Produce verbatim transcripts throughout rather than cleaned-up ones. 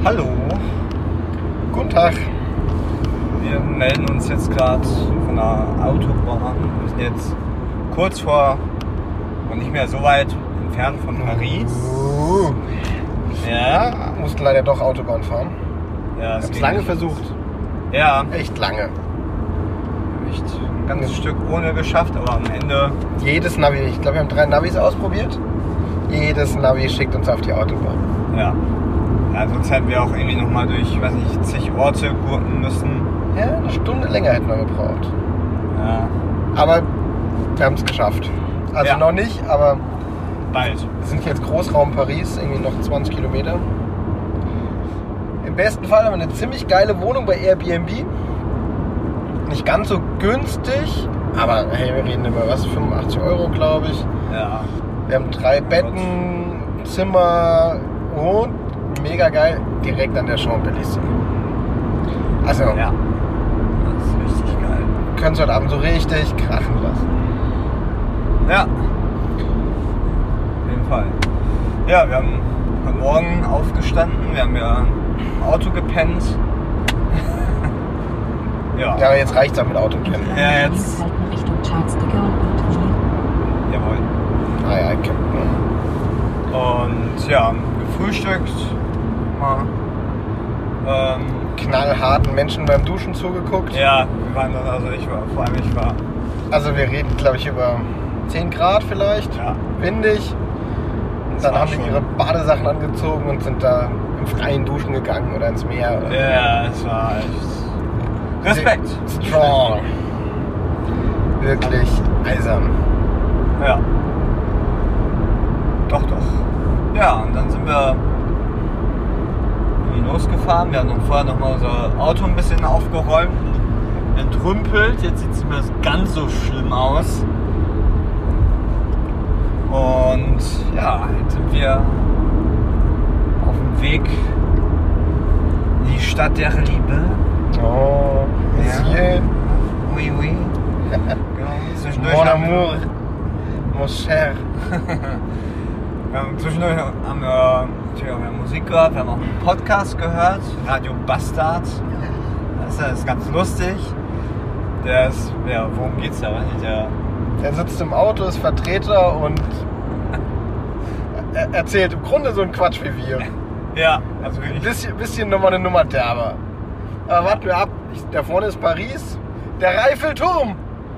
Hallo. Guten Tag. Wir melden uns jetzt gerade von der Autobahn. Wir sind jetzt kurz vor und nicht mehr so weit entfernt von Paris. Uh. Ja. Mussten leider doch Autobahn fahren. Ja, Ich hab's lange nicht. versucht. Ja, Echt lange. echt ein ganzes Stück ohne geschafft, aber am Ende. Jedes Navi, ich glaube, wir haben drei Navis ausprobiert. Jedes Navi schickt uns auf die Autobahn. Ja. Ja, sonst hätten wir auch irgendwie nochmal durch, ich weiß nicht, zig Orte gurken müssen. Ja, eine Stunde länger hätten wir gebraucht. Ja. Aber wir haben es geschafft. Also Ja. noch nicht, aber Bald. wir sind jetzt Großraum Paris, irgendwie noch zwanzig Kilometer. Im besten Fall haben wir eine ziemlich geile Wohnung bei Airbnb. Nicht ganz so günstig, aber hey, wir reden über was, fünfundachtzig Euro, glaube ich. Ja. Wir haben drei Betten, Zimmer und mega geil, direkt an der Champs-Élysées. Also, Ja. Das ist richtig geil. können es heute Abend so richtig krachen lassen. Ja. Auf jeden Fall. Ja, wir haben heute Morgen aufgestanden. Wir haben ja im Auto gepennt. ja. Ja, aber jetzt reicht's auch mit Auto kennen. Ja, jetzt. Halten Richtung Charles de Gaulle und Wien. Jawohl. Ah ja, Captain. Und ja, gefrühstückt. Mal. Ähm, Knallharten Menschen beim Duschen zugeguckt. ja, wir waren dann, also ich war, vor allem ich war. Also wir reden, glaube ich, über zehn Grad vielleicht. Ja. Windig. Und Das dann war haben wir schon- ihre Badesachen angezogen und sind da im Freien duschen gegangen oder ins Meer. Oder Ja, es war echt. Respekt. Strong. Wirklich eisern. Ja. Doch, doch. Ja, und dann sind wir losgefahren. Wir haben dann vorher noch mal unser Auto ein bisschen aufgeräumt, entrümpelt. Jetzt sieht es nicht mehr ganz so schlimm aus. Und ja, jetzt sind wir auf dem Weg in die Stadt der Liebe. Oh, Monsieur. Oui, oui. Genau. Zwischendurch Mon haben wir- amour. Mon cher. Wir haben zwischendurch haben wir natürlich auch wieder Musik gehört, wir haben auch einen Podcast gehört, Radio Bastard. Das ist ganz lustig. Der ist, ja, worum geht's da? Weiß nicht, der, Er sitzt im Auto, ist Vertreter und er erzählt im Grunde so einen Quatsch wie wir. ja, also Ein wirklich. bisschen, bisschen nochmal eine Nummer derber. Aber warten wir ab. Ich, da vorne ist Paris. Der Eiffelturm.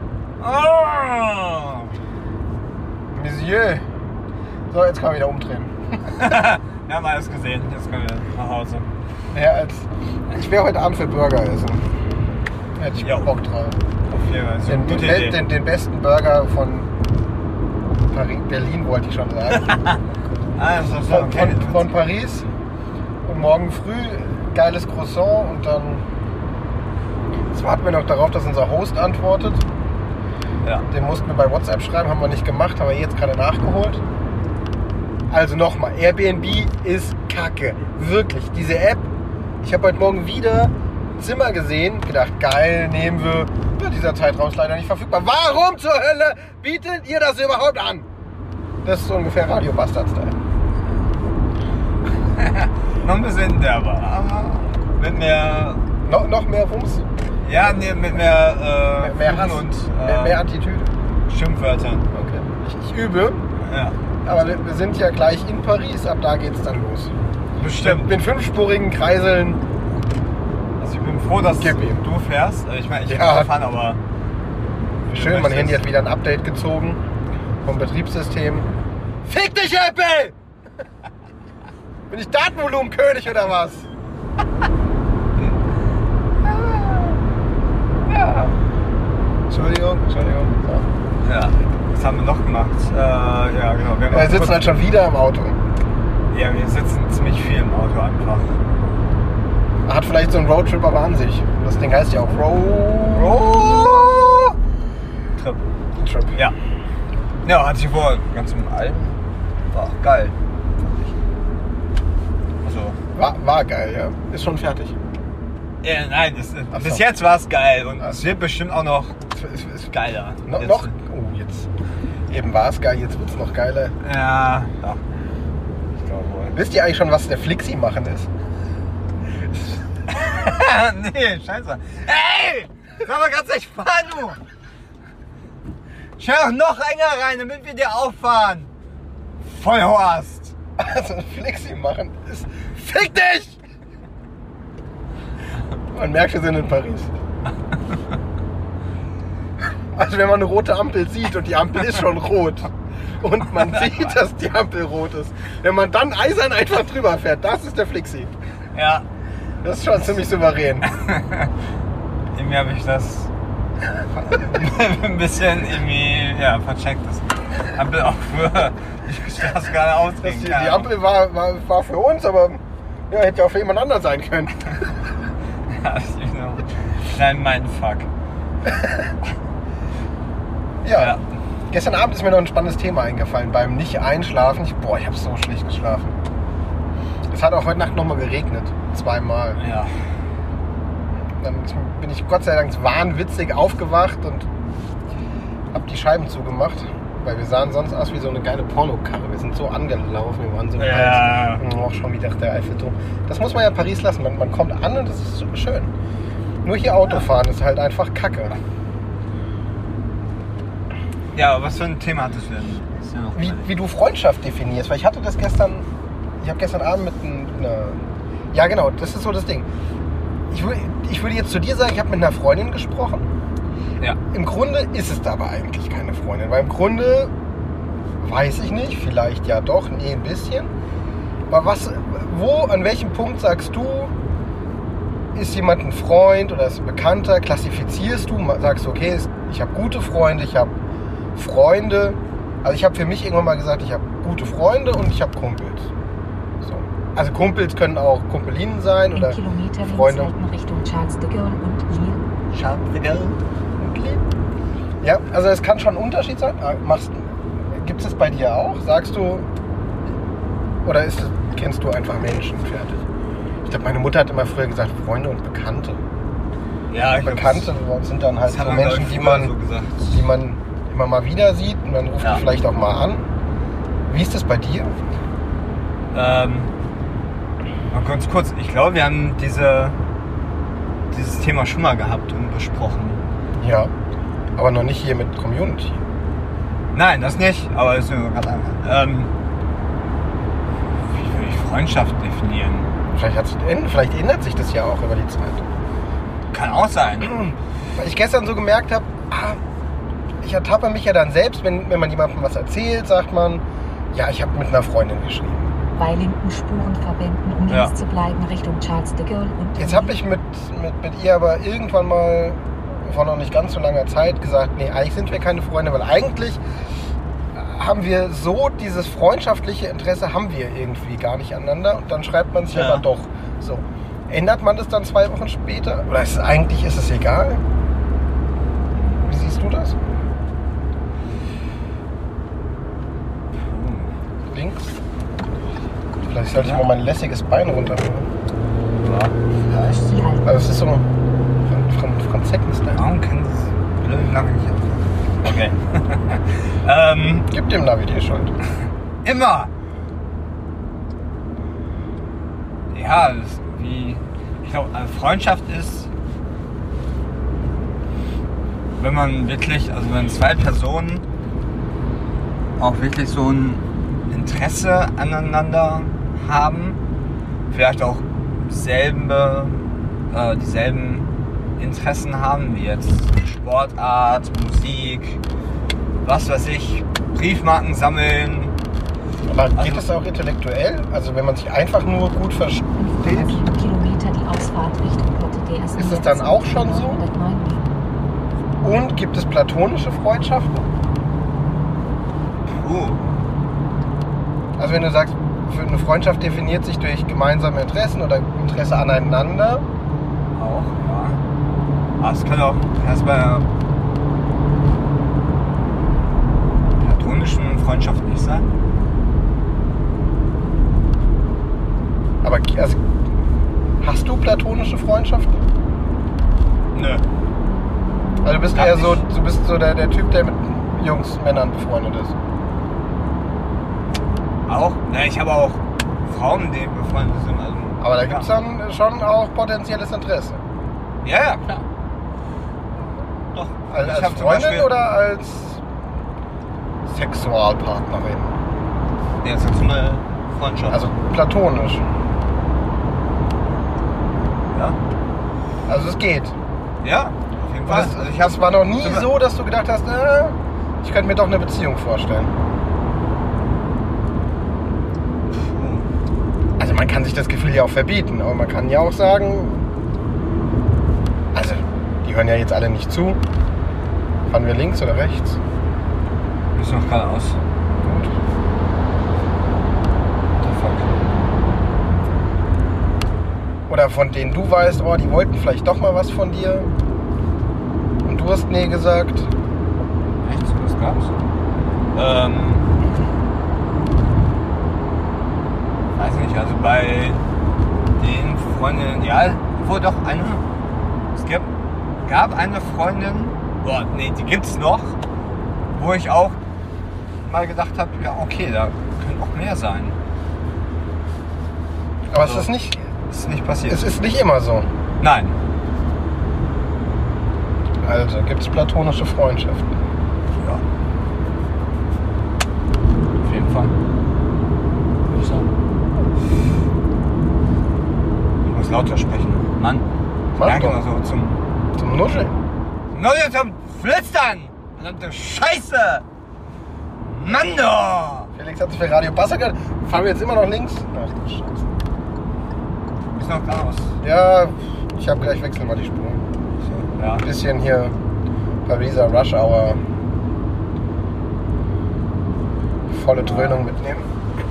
Oh! Monsieur. So, jetzt kann man wieder umdrehen. Wir haben alles gesehen, jetzt können wir nach Hause. Ja, als, ich wäre heute Abend für Burger essen. Hätte ich Jo. Bock drauf. Auf jeden Fall, das ist eine Den, gute den, Idee. den, den besten Burger von Paris, Berlin wollte ich schon sagen. Ah, das ist doch so, Von, okay. von, von Paris. Und morgen früh geiles Croissant und dann. Jetzt warten wir noch darauf, dass unser Host antwortet. Ja. Den mussten wir bei WhatsApp schreiben, haben wir nicht gemacht, haben wir jetzt gerade nachgeholt. Also nochmal, Airbnb ist kacke. Wirklich, diese App. Ich habe heute Morgen wieder ein Zimmer gesehen, gedacht, geil, nehmen wir. Ja, dieser Zeitraum ist leider nicht verfügbar. Warum zur Hölle bietet ihr das überhaupt an? Das ist so ungefähr Radio Bastard-Style. Noch ein bisschen derber, aber mit mehr. No, noch mehr Rums, Ja, nee, mit mehr, äh, mehr, mehr Fluchen Hass, und äh, mehr, mehr Attitüde. Schimpfwörtern. Okay. Ich, ich übe, Ja. aber wir, wir sind ja gleich in Paris, ab da geht's dann los. Bestimmt. Mit fünfspurigen Kreiseln. Also ich bin froh, dass Gib ihm. du fährst. Also ich meine, ich Ja. kann fahren, aber Schön, mein möchtest. Handy hat wieder ein Update gezogen vom Betriebssystem. Fick dich, Apple! Bin ich Datenvolumenkönig oder was? Ja. Entschuldigung, Entschuldigung. So. Ja. Was haben wir noch gemacht? Äh, ja, genau. Wir, haben Wir auch sitzen kurz- halt schon wieder im Auto. Ja, wir sitzen ziemlich viel im Auto einfach. Hat vielleicht so einen Roadtrip aber an sich. Das Ding heißt ja auch Road Oh! Trip. Trip. Ja. Ja, hatte ich vor ganz im Alten. War auch geil. Fand ich. Also. War, war geil, ja. Ist schon fertig. Ja, nein, das, Ach bis so. jetzt war es geil und Ach es so. wird bestimmt auch noch Es ist, ist, geiler. no, Jetzt- noch? Oh, jetzt. Eben war es geil, jetzt wird es noch geiler. Ja, ja. Ich glaube wohl. Wisst ihr eigentlich schon, was der Flixi machen ist? Nee, scheiße. Ey! Sag mal ganz echt fahren, du! Schau doch noch enger rein, damit wir dir auffahren. Vollhorst! Also Flexi machen ist... Fick dich! Man merkt, wir sind in Paris. Also wenn man eine rote Ampel sieht und die Ampel ist schon rot und man sieht, dass die Ampel rot ist, wenn man dann eisern einfach drüber fährt, das ist der Flexi. Ja. Das ist schon ziemlich souverän. Irgendwie habe ich das ein bisschen irgendwie, ja, vercheckt. Das Ampel auch für die Straße gerade Das ausreden die, kann. die Ampel war, war, war für uns, aber ja, hätte ja auch für jemand anderen sein können. Ja, das ist so ein kleiner Mindfuck. Ja. Ja. Gestern Abend ist mir noch ein spannendes Thema eingefallen. Beim Nicht-Einschlafen. Ich, boah, ich habe so schlecht geschlafen. Es hat auch heute Nacht nochmal geregnet. Zweimal. Ja. Dann bin ich Gott sei Dank wahnwitzig aufgewacht und habe die Scheiben zugemacht. Weil wir sahen sonst aus wie so eine geile Pornokarre. Wir sind so angelaufen. Wir waren so Ja. heiß. Auch schon wieder der Eiffelturm. Das muss man ja in Paris lassen. Man, man kommt an und das ist so schön. Nur hier Autofahren ist halt einfach Kacke. Ja, aber was für ein Thema hattest du denn? Ist ja noch Wie, überlegt. wie du Freundschaft definierst. Weil ich hatte das gestern, ich habe gestern Abend mit einer, ja genau, das ist so das Ding. Ich, wür- ich würde jetzt zu dir sagen, ich habe mit einer Freundin gesprochen. Ja. Im Grunde ist es aber eigentlich keine Freundin. Weil im Grunde, weiß ich nicht, vielleicht ja doch, nee, ein bisschen. Aber was, wo, an welchem Punkt sagst du, ist jemand ein Freund oder ist ein Bekannter, klassifizierst du, sagst du, okay, ich habe gute Freunde, ich habe Freunde. Also ich habe für mich irgendwann mal gesagt, ich habe gute Freunde und ich habe Kumpels. So. Also Kumpels können auch Kumpelinen sein In oder Kilometer links Freunde. halten Richtung Charles de Gaulle und Lille. Schaut wieder. Ja, also es kann schon ein Unterschied sein. Machst, gibt es das bei dir auch? Sagst du, oder ist, es- kennst du einfach Menschen fertig? Ich glaube, meine Mutter hat immer früher gesagt, Freunde und Bekannte. Ja, ich Bekannte sind dann halt das hat so man, Menschen, glaub ich, die früher man, so gesagt. die man immer mal wieder sieht und man ruft Ja. die vielleicht auch mal an. Wie ist das bei dir? Ähm, mal ganz kurz, ich glaube, wir haben diese, dieses Thema schon mal gehabt und besprochen. Ja, aber noch nicht hier mit Community. Nein, das nicht, aber das ist mir gerade einfach. Ähm, wie würde ich Freundschaft definieren? Vielleicht, hat's, vielleicht ändert sich das ja auch über die Zeit. Kann auch sein. Weil ich gestern so gemerkt habe, ah, ich ertappe mich ja dann selbst, wenn, wenn man jemandem was erzählt, sagt man, ja, ich habe mit einer Freundin geschrieben. Bei linken Spurenverbänden, um Ja. links zu bleiben, Richtung Charles de Gaulle und Jetzt habe ich mit, mit, mit ihr aber irgendwann mal vor noch nicht ganz so langer Zeit gesagt, nee, eigentlich sind wir keine Freunde, weil eigentlich haben wir so dieses freundschaftliche Interesse haben wir irgendwie gar nicht aneinander und dann schreibt man sich Ja. aber doch so. Ändert man das dann zwei Wochen später? Oder ist es eigentlich ist es egal? Wie siehst du das? Links? Vielleicht sollte ich mal mein lässiges Bein runterholen. Ja, vielleicht. Sie halten. Also es ist so ein Franz Franz Zecken-Style. Warum kann dieses blöde Navi nicht auf? Okay. ähm, Gib dem Navi die Schuld. immer! Ja, das ist wie. Ich glaube, Freundschaft ist, wenn man wirklich, also wenn zwei Personen auch wirklich so ein Interesse aneinander haben, vielleicht auch selbe, äh, dieselben Interessen haben, wie jetzt Sportart, Musik, was weiß ich, Briefmarken sammeln. Aber geht Also- es auch intellektuell? Also wenn man sich einfach nur gut versteht? fünf Kilometer die Ausfahrt Richtung Porte der ersten. Ist das dann auch schon so? neunhundertneun Wien. Und gibt es platonische Freundschaften? Puh. Also wenn du sagst, für eine Freundschaft definiert sich durch gemeinsame Interessen oder Interesse aneinander. Auch, ja. Aber es kann auch erst bei einer platonischen Freundschaft nicht sein. Aber also, hast du platonische Freundschaften? Nö. Also du bist Hab eher ich. so, du bist so der, der Typ, der mit Jungs, Männern befreundet ist. Auch? Ja, ich habe auch Frauen, die befreundet sind. Also Aber da gibt es ja. dann schon auch potenzielles Interesse. Ja, ja, klar. Doch. Als, Ich als hab zum Freundin Beispiel- oder als Sexualpartnerin? Nee, jetzt hast du eine Freundschaft. Also platonisch. ja. Also es geht. Ja, auf jeden Fall. Das, Also ich das hab- war noch nie zum- so, dass du gedacht hast, äh, ich könnte mir doch eine Beziehung vorstellen. Also man kann sich das Gefühl ja auch verbieten, aber man kann ja auch sagen, also die hören ja jetzt alle nicht zu. Fahren wir links oder rechts? Ist noch geradeaus. Gut. What the fuck? Oder von denen du weißt, oh, die wollten vielleicht doch mal was von dir. Und du hast nee gesagt. Echt? So was gab's? Ähm. Weiß nicht, also bei den Freundinnen, ja, wo doch eine. Es gab, gab eine Freundin, boah, nee, die gibt's noch, wo ich auch mal gedacht habe, ja, okay, da können auch mehr sein. Aber Also, es ist nicht, Ist nicht passiert. es ist nicht immer so. Nein. Also gibt es platonische Freundschaften. Ja. Auf jeden Fall. Würde ich sagen. Ich muss lauter sprechen. Mann. Mach Danke doch. mal so zum. Zum Nuscheln. Neue zum Flüstern! Verdammte Scheiße! Mann doch! Felix hat sich für Radio Bassa gehört. Fahren wir jetzt immer noch links? Ach du Scheiße. Ist noch geradeaus. Ja, ich habe gleich wechseln mal die Spur. So, ja. Ein bisschen hier Pariser Rush Hour. Volle Dröhnung mitnehmen.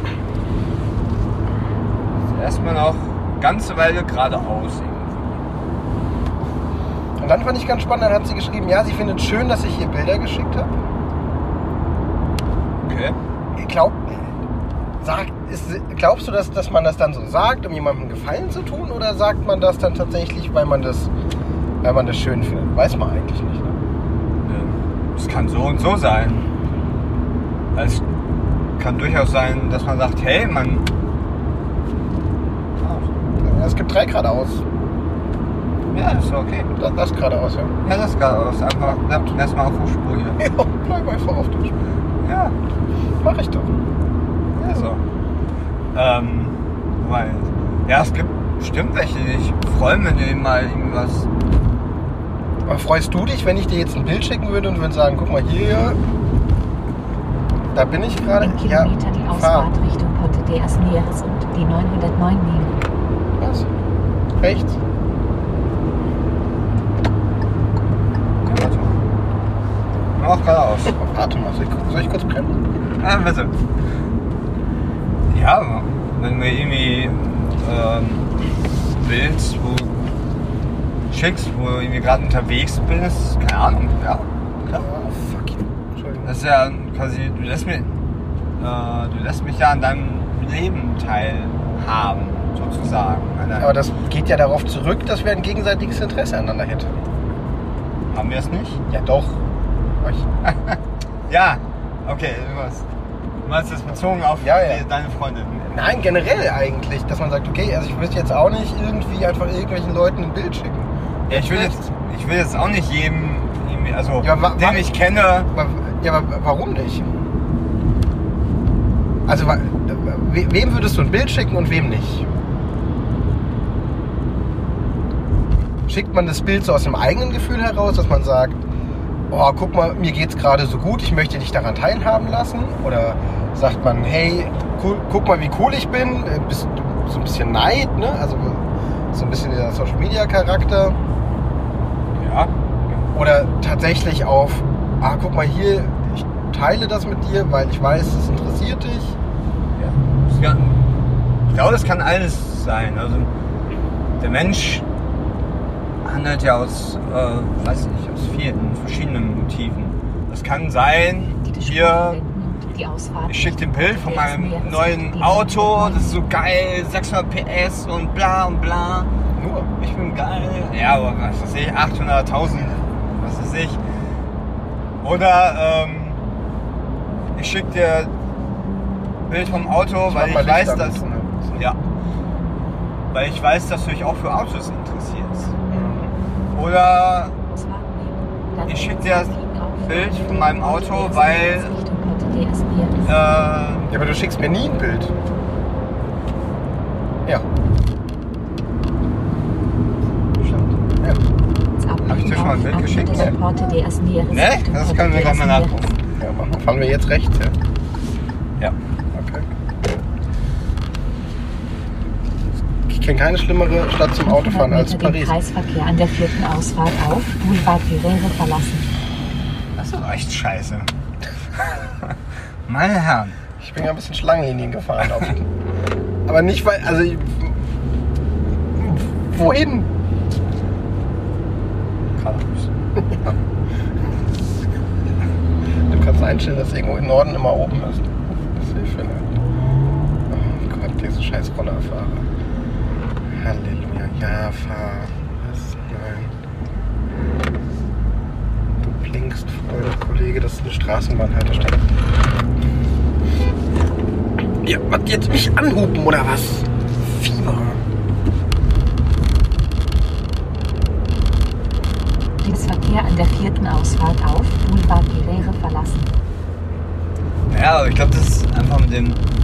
Erstmal noch eine ganze Weile geradeaus irgendwie. Und dann fand ich ganz spannend, dann hat sie geschrieben, ja, sie findet schön, dass ich ihr Bilder geschickt habe. Okay. Ich glaub, sagt, ist, glaubst du, dass, dass man das dann so sagt, um jemandem einen Gefallen zu tun? Oder sagt man das dann tatsächlich, weil man das, weil man das schön findet? Weiß man eigentlich nicht. Ne? Es kann so und so sein. Es kann durchaus sein, dass man sagt, hey, man. Ja, es gibt drei geradeaus. Ja, ist okay. Das, das geradeaus, ja. Ja, das ist geradeaus. Einfach erstmal auf der Spur hier. Ja, bleib einfach auf der Spur. Ja, Mach ich doch. ja so. Ähm, weil, ja, es gibt bestimmt welche, die sich freuen, wenn die mal irgendwas. Aber freust du dich, wenn ich dir jetzt ein Bild schicken würde und würde sagen, guck mal hier, da bin ich gerade. In Ja, Kilometer die fahr. Ausfahrt Richtung Porte de Asnieres und die neunhundertneun nehmen. Was? Rechts? Warte mal. Auch geradeaus. Warte mal, soll ich, soll ich kurz bremsen? Ah, bitte. Ja, wenn du mir irgendwie ähm, Bild wo schickst, wo du irgendwie gerade unterwegs bist, keine Ahnung, ja. Klar. Oh, fuck you. Entschuldigung. Das ist ja quasi, du lässt, mir, äh, du lässt mich ja an deinem Leben teilhaben, sozusagen. An Aber das geht ja darauf zurück, dass wir ein gegenseitiges Interesse aneinander hätten. haben wir es nicht? Ja, doch. Ich, Ja, okay, du meinst, du meinst das bezogen auf Ja, ja. die, deine Freundin. nein, generell eigentlich, dass man sagt, okay, also ich würde jetzt auch nicht irgendwie einfach irgendwelchen Leuten ein Bild schicken. Ja, ich will jetzt, ich will jetzt auch nicht jedem, irgendwie- also Ja, wa- wa- den ich kenne, Aber, ja, aber warum nicht? Also, wa- we- wem würdest du ein Bild schicken und wem nicht? Schickt man das Bild so aus dem eigenen Gefühl heraus, dass man sagt, oh, guck mal, mir geht's gerade so gut, ich möchte dich daran teilhaben lassen? Oder sagt man, hey, cool, guck mal, wie cool ich bin, äh, bist du so ein bisschen Neid, ne? Also so ein bisschen der Social-Media-Charakter. ja, Oder tatsächlich auf, ah, guck mal hier, ich teile das mit dir, weil ich weiß, es interessiert dich. ja. Das kann, ich glaube, das kann alles sein. Also der Mensch handelt ja aus, äh, weiß nicht, aus vielen verschiedenen Motiven. Das kann sein, Die hier, die Ausfahrt ich schicke dir ein Bild von Porte de meinem Asnieres neuen und die Auto, neunhundertneun. das ist so geil, sechshundert P S und bla und bla. Nur. Ich bin geil. Ja, aber was weiß ich, achthunderttausend, was weiß ich. Oder ähm, ich schicke dir ein Bild vom Auto, weil mach ich mal weiß, Licht an. dass... Ja. weil ich weiß, dass du dich auch für Autos interessierst. Oder ich schicke dir das Bild von meinem Auto, weil... Äh, Ja, aber du schickst mir nie ein Bild. Ja. Stimmt. Ja. Hab ich dir schon mal ein Bild geschickt? Nee. Ne? Das können wir gleich mal nachgucken. Ja, machen. Fahren wir jetzt rechts, ja? Ja. Okay. Ich kenne keine schlimmere Stadt zum Autofahren als Paris. Den Kreisverkehr an der vierten Ausfahrt auf Boulevard Pereire verlassen. Das ist echt scheiße. Meine Herren. Ich bin ja ein bisschen Schlangenlinien gefahren. Oft. Aber nicht, weil... Also... Ich, wohin? Geradeaus. Ja. Du kannst einstellen, dass irgendwo im Norden immer oben ist. Das sehe ich für eine... Oh Gott, diese scheiß Rollerfahrer. Halleluja. Ja, fahr. Was? Nein. Du blinkst voll, Kollege. Das ist eine Straßenbahnhaltestelle. Ja, was jetzt mich anhupen oder was? Fieber. Verkehr an der vierten Ausfahrt auf Boulevard Pereire verlassen. Ja, aber ich glaube, das ist einfach mit dem...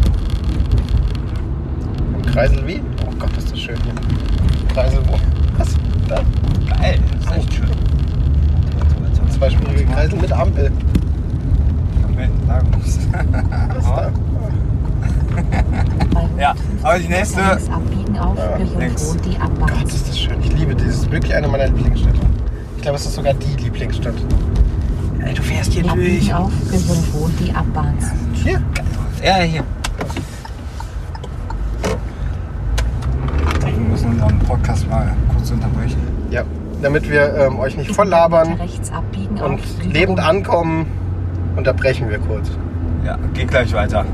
Im Kreisel wie? Oh Gott, ist das schön hier. Kreisel wo? Was? Da? Geil, das ist echt schön. Zweispurige Kreisel mit Ampel. Was da? Ja, aber die nächste... Abbiegen auf Ja, Kirchhof die Abbahn. Gott, ist das schön. Ich liebe dieses. Das ist wirklich eine meiner Lieblingsstädte. Ich glaube, es ist sogar die Lieblingsstadt. Ey, du fährst hier Abbiegen durch. auf Kirchhof die Abbahn. Hier? Ja, hier. Wir müssen unseren Podcast mal kurz unterbrechen. Ja, damit wir ähm, euch nicht voll labern Rechts abbiegen und auf lebend ankommen, unterbrechen wir kurz. Ja, geht gleich weiter.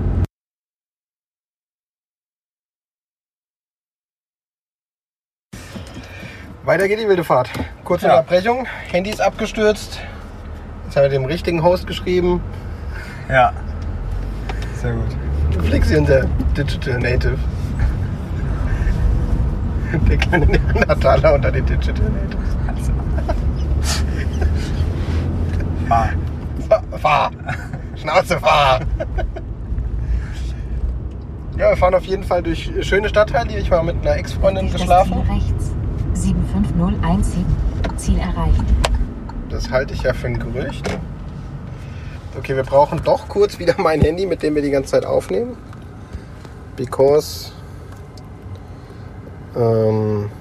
Weiter geht die wilde Fahrt. Kurze Ja. Unterbrechung. Handy ist abgestürzt. Jetzt haben wir dem richtigen Host geschrieben. Ja, sehr gut. Flixi, unser Digital Native. Der kleine Neandertaler unter den Digital Natives. Also. Fahr. Fahr, fahr. Schnauze, fahr. Ja, wir fahren auf jeden Fall durch schöne Stadtteile. Ich war mit einer Ex-Freundin geschlafen. Ziel rechts. sieben fünf null eins sieben. Ziel erreicht. Das halte ich ja für ein Gerücht. Okay, wir brauchen doch kurz wieder mein Handy, mit dem wir die ganze Zeit aufnehmen. Because... Ähm,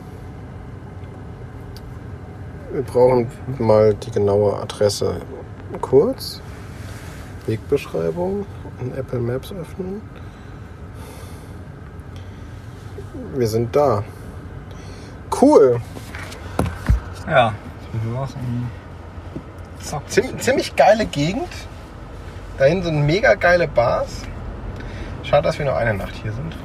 wir brauchen mal die genaue Adresse. Kurz. Wegbeschreibung. In Apple Maps öffnen. Wir sind da. Cool. Ja. Ziem, ziemlich geile Gegend. Dahin sind mega geile Bars. Schade, dass wir nur eine Nacht hier sind.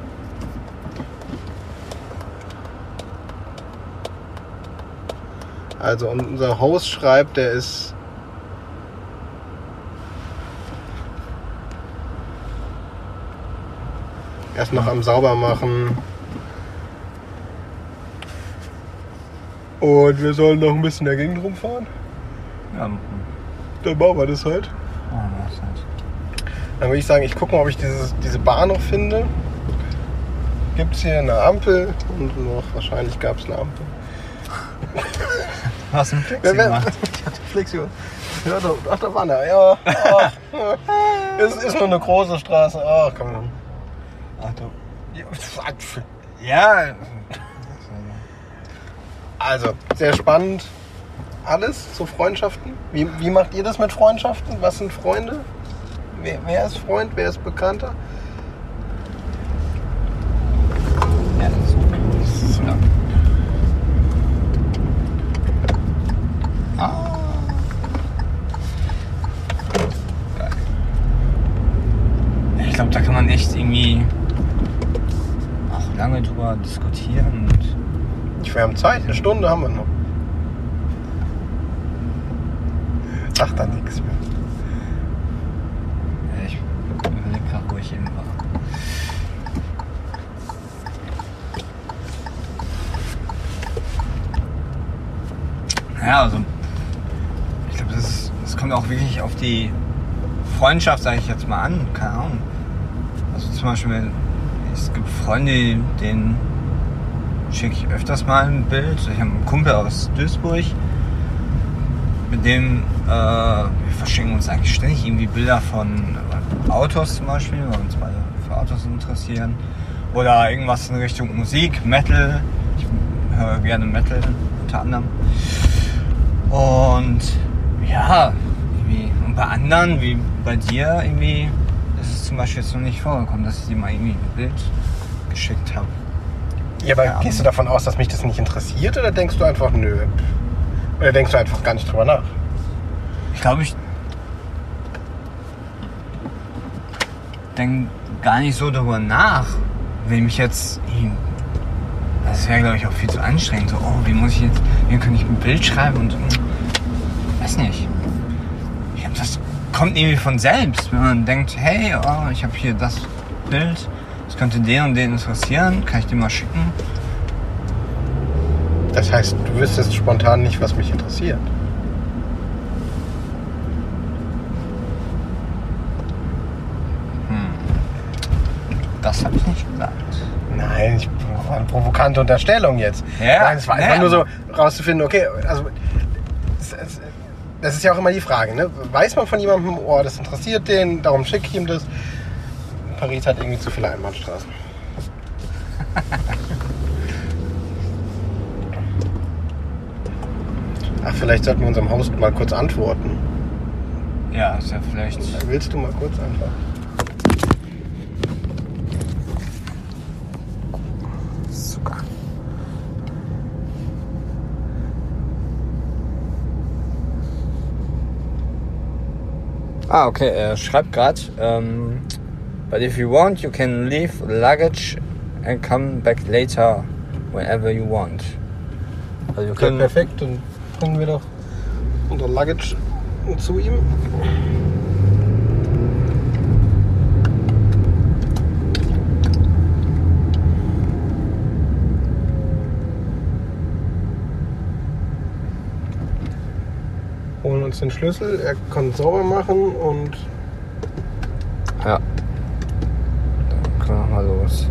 Also unser Host schreibt, der ist erst noch am Saubermachen. Und wir sollen noch ein bisschen in der Gegend rumfahren. Ja. Dann bauen wir das halt. Oh, das heißt. Dann würde ich sagen, ich gucke mal, ob ich dieses, diese Bar noch finde. Gibt es hier eine Ampel und noch, wahrscheinlich gab es eine Ampel. Hast du einen Flexi Wer- wer- gemacht? Ich hatte Flexio. Ja, da, ach, da war er. Ja. Ach, ja. Es ist nur eine große Straße. Ach, komm dann. Ach du. Ja. Also, sehr spannend. Alles, so Freundschaften. Wie, wie macht ihr das mit Freundschaften? Was sind Freunde? Wer, wer ist Freund? Wer ist Bekannter? Ja, das ist ja. Ah. Geil. Ich glaube, da kann man echt irgendwie auch lange drüber diskutieren. Und Wir haben Zeit, eine Stunde haben wir noch. Ach, dann nichts mehr. ja, ich überlege gerade, wo ich hin war. ja, also ich glaube, das, das kommt auch wirklich auf die Freundschaft, sage ich jetzt mal, an. Keine Ahnung. Also zum Beispiel, es gibt Freunde, denen schicke ich öfters mal ein Bild. Ich habe einen Kumpel aus Duisburg, mit dem äh, wir verschicken uns eigentlich ständig irgendwie Bilder von Autos zum Beispiel, weil wir uns beide für Autos interessieren. Oder irgendwas in Richtung Musik, Metal. Ich höre gerne Metal unter anderem. Und ja, irgendwie, und bei anderen, wie bei dir, irgendwie ist es zum Beispiel jetzt noch nicht vorgekommen, dass ich dir mal irgendwie ein Bild geschickt habe. Ja, aber Ja, gehst du davon aus, dass mich das nicht interessiert oder denkst du einfach, nö? Oder denkst du einfach gar nicht drüber nach? Ich glaube, ich denke gar nicht so darüber nach, wenn mich jetzt... Das wäre, glaube ich, auch viel zu anstrengend. So, oh, wie muss ich jetzt... Wie kann ich ein Bild schreiben und... Weiß nicht. Ich glaube, das kommt irgendwie von selbst, wenn man denkt, hey, oh, ich habe hier das Bild, das könnte den und den interessieren, kann ich dir mal schicken. Das heißt, du wüsstest spontan nicht, was mich interessiert. Hm. Das habe ich nicht gesagt. Nein, ich war eine provokante Unterstellung jetzt. Ja, Nein, es war einfach ja, nur so rauszufinden, okay, also das, das ist ja auch immer die Frage, ne? Weiß man von jemandem, oh, das interessiert den, darum schicke ich ihm das. Paris hat irgendwie zu viele Einbahnstraßen. Ach, vielleicht sollten wir unserem Host mal kurz antworten. Ja, ist ja vielleicht... Willst du mal kurz antworten? Zucker. Ah, okay, er schreibt gerade, um, but if you want, you can leave luggage and come back later, whenever you want. Also wir Okay, können, perfekt, dann bringen wir doch unser Luggage zu ihm. Holen uns den Schlüssel, er kann sauber machen und ja, dann können wir mal los.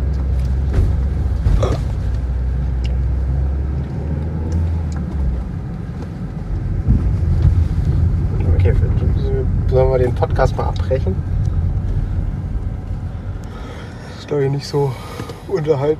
okay, sollen wir den Podcast mal abbrechen? Das ist, glaube ich, nicht so unterhalten.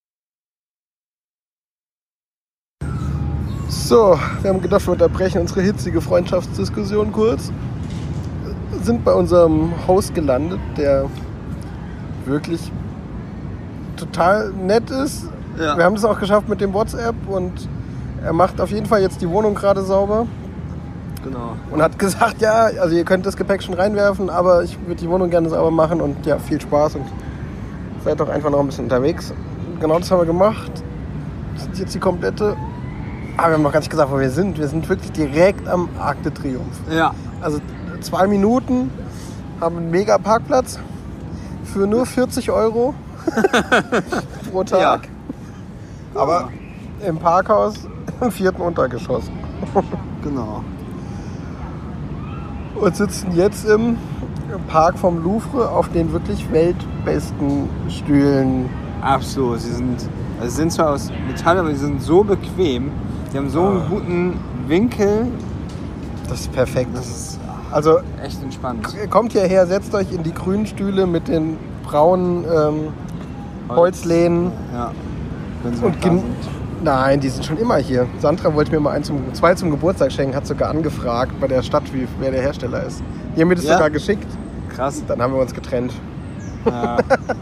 So, wir haben gedacht, wir unterbrechen unsere hitzige Freundschaftsdiskussion kurz. Sind bei unserem Host gelandet, der wirklich total nett ist. Ja. Wir haben es auch geschafft mit dem WhatsApp und er macht auf jeden Fall jetzt die Wohnung gerade sauber. Genau. Und hat gesagt, ja, also ihr könnt das Gepäck schon reinwerfen, aber ich würde die Wohnung gerne sauber machen und ja, viel Spaß und seid doch einfach noch ein bisschen unterwegs. Genau das haben wir gemacht. Das ist jetzt die komplette... Aber wir haben noch gar nicht gesagt, wo wir sind. Wir sind wirklich direkt am Arc de Triomphe. Ja. Also zwei Minuten, haben einen mega Parkplatz für nur vierzig Euro pro Tag. Ja. Aber im Parkhaus im vierten Untergeschoss. Genau. Und sitzen jetzt im Park vom Louvre auf den wirklich weltbesten Stühlen. Absolut. Sie sind, also sie sind zwar aus Metall, aber sie sind so bequem. Sie haben so einen Ah. guten Winkel. Das ist perfekt. Das ist Also echt entspannt. kommt hierher, setzt euch in die grünen Stühle mit den braunen ähm, Holzlehnen. Ja. Wenn sie Und noch da gen- sind. Nein, die sind schon immer hier. Sandra wollte mir mal ein zum, zwei zum Geburtstag schenken, hat sogar angefragt bei der Stadt, wie, wer der Hersteller ist. Die haben mir das Ja. sogar geschickt. Krass. Dann haben wir uns getrennt. Ja.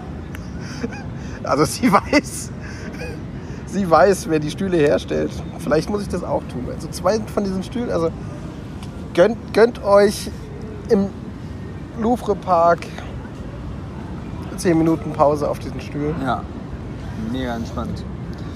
Also sie weiß, sie weiß, wer die Stühle herstellt. Vielleicht muss ich das auch tun. Also zwei von diesen Stühlen, also gönnt, gönnt euch im Louvre Park zehn Minuten Pause auf diesen Stühlen. Ja. Mega entspannt.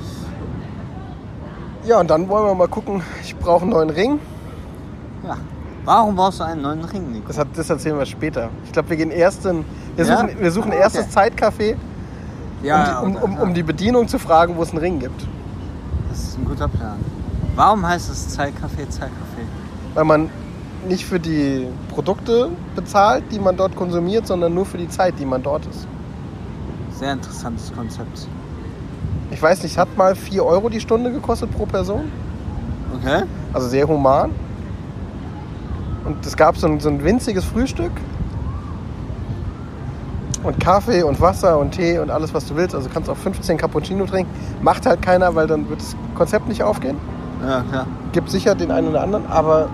Ja, und dann wollen wir mal gucken. Ich brauche einen neuen Ring. Ja. Warum brauchst du einen neuen Ring, Nico? Das, hat, das erzählen wir später. Ich glaube, wir gehen erst in, wir Ja? suchen, wir suchen Ah, erst okay. das Zeitcafé, Ja, um, die, um, okay, um, um die Bedienung zu fragen, wo es einen Ring gibt. das ist ein guter Plan. Warum heißt es Zeitcafé, Zeitcafé? Weil man nicht für die Produkte bezahlt, die man dort konsumiert, sondern nur für die Zeit, die man dort ist. Sehr interessantes Konzept. Ich weiß nicht, hat mal vier Euro die Stunde gekostet pro Person. Okay. Also sehr human. Und es gab so ein, so ein winziges Frühstück. Und Kaffee und Wasser und Tee und alles, was du willst. Also kannst auch fünfzehn Cappuccino trinken. Macht halt keiner, weil dann wird das Konzept nicht aufgehen. Ja, klar. Gibt sicher den einen oder anderen, aber...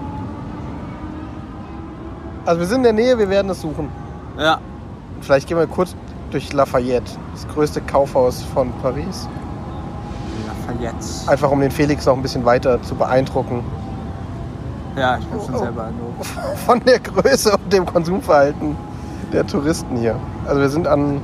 Also wir sind in der Nähe, wir werden es suchen. Ja. Vielleicht gehen wir kurz durch Lafayette, das größte Kaufhaus von Paris. Lafayette. Einfach um den Felix noch ein bisschen weiter zu beeindrucken. Ja, ich bin schon sehr beeindruckt. Von der Größe und dem Konsumverhalten der Touristen hier. Also wir sind an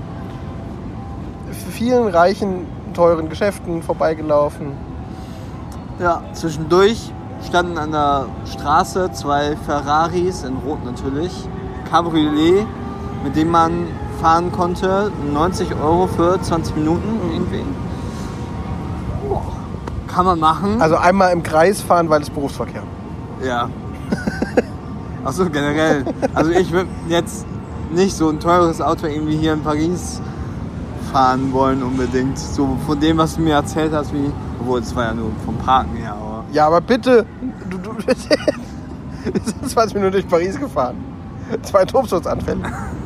vielen reichen, teuren Geschäften vorbeigelaufen. Ja, zwischendurch standen an der Straße zwei Ferraris, in Rot natürlich, Cabriolet, mit dem man fahren konnte, neunzig Euro für zwanzig Minuten irgendwie. Boah. Kann man machen. Also einmal im Kreis fahren, weil es Berufsverkehr. Ja. Achso, generell. Also ich würde jetzt nicht so ein teures Auto irgendwie hier in Paris fahren wollen unbedingt. So von dem, was du mir erzählt hast, wie... Obwohl, es war ja nur vom Parken her, aber... Ja, aber bitte! Du, du, wir sind zwanzig Minuten durch Paris gefahren. Zwei Tobsuchtsanfälle.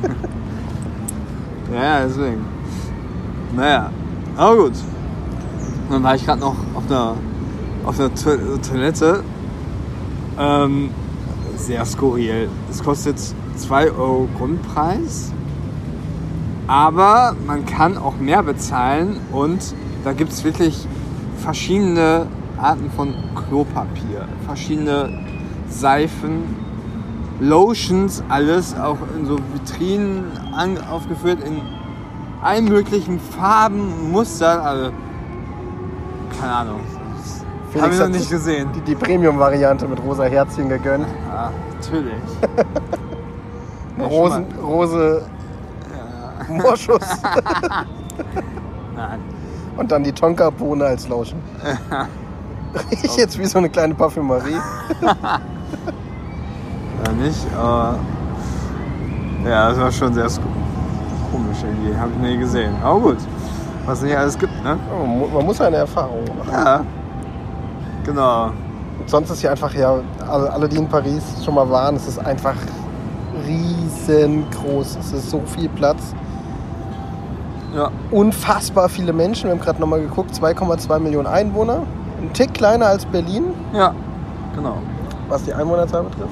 Ja, deswegen. Naja, aber gut. Dann war ich gerade noch auf einer, auf einer to- Toilette. Ähm, sehr skurril. Es kostet zwei Euro Grundpreis. Aber man kann auch mehr bezahlen und da gibt es wirklich verschiedene Arten von Klopapier, verschiedene Seifen, Lotions, alles auch in so Vitrinen an, aufgeführt, in allen möglichen Farben, Mustern, also keine Ahnung. Habe ich noch nicht gesehen. Die, die Premium-Variante mit rosa Herzchen gegönnt. Ja, natürlich. Rosen, Rose, ja. Moschus. Nein. Und dann die Tonkabohne als Lotion. Riecht jetzt wie so eine kleine Parfümerie. Ja, nicht, aber ja, das war schon sehr komisch irgendwie, habe ich nie gesehen. Aber gut, was es nicht alles gibt, ne? Oh, man muss eine Erfahrung machen. Ja, genau. Und sonst ist hier einfach, ja, alle, alle, die in Paris schon mal waren, es ist einfach riesengroß. Es ist so viel Platz. Ja. Unfassbar viele Menschen. Wir haben gerade nochmal geguckt, zwei Komma zwei Millionen Einwohner. Ein Tick kleiner als Berlin. Ja, genau. Was die Einwohnerzahl betrifft.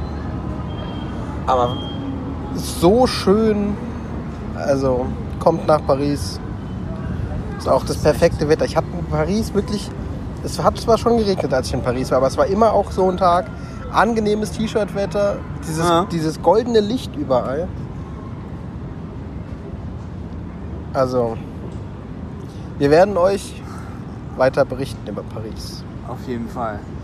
Aber so schön. Also kommt nach Paris. Ist auch das perfekte Wetter. Ich habe in Paris wirklich... Es hat zwar schon geregnet, als ich in Paris war, aber es war immer auch so ein Tag. Angenehmes T-Shirt-Wetter. Dieses, ja. dieses goldene Licht überall. Also, wir werden euch weiter berichten über Paris. Auf jeden Fall.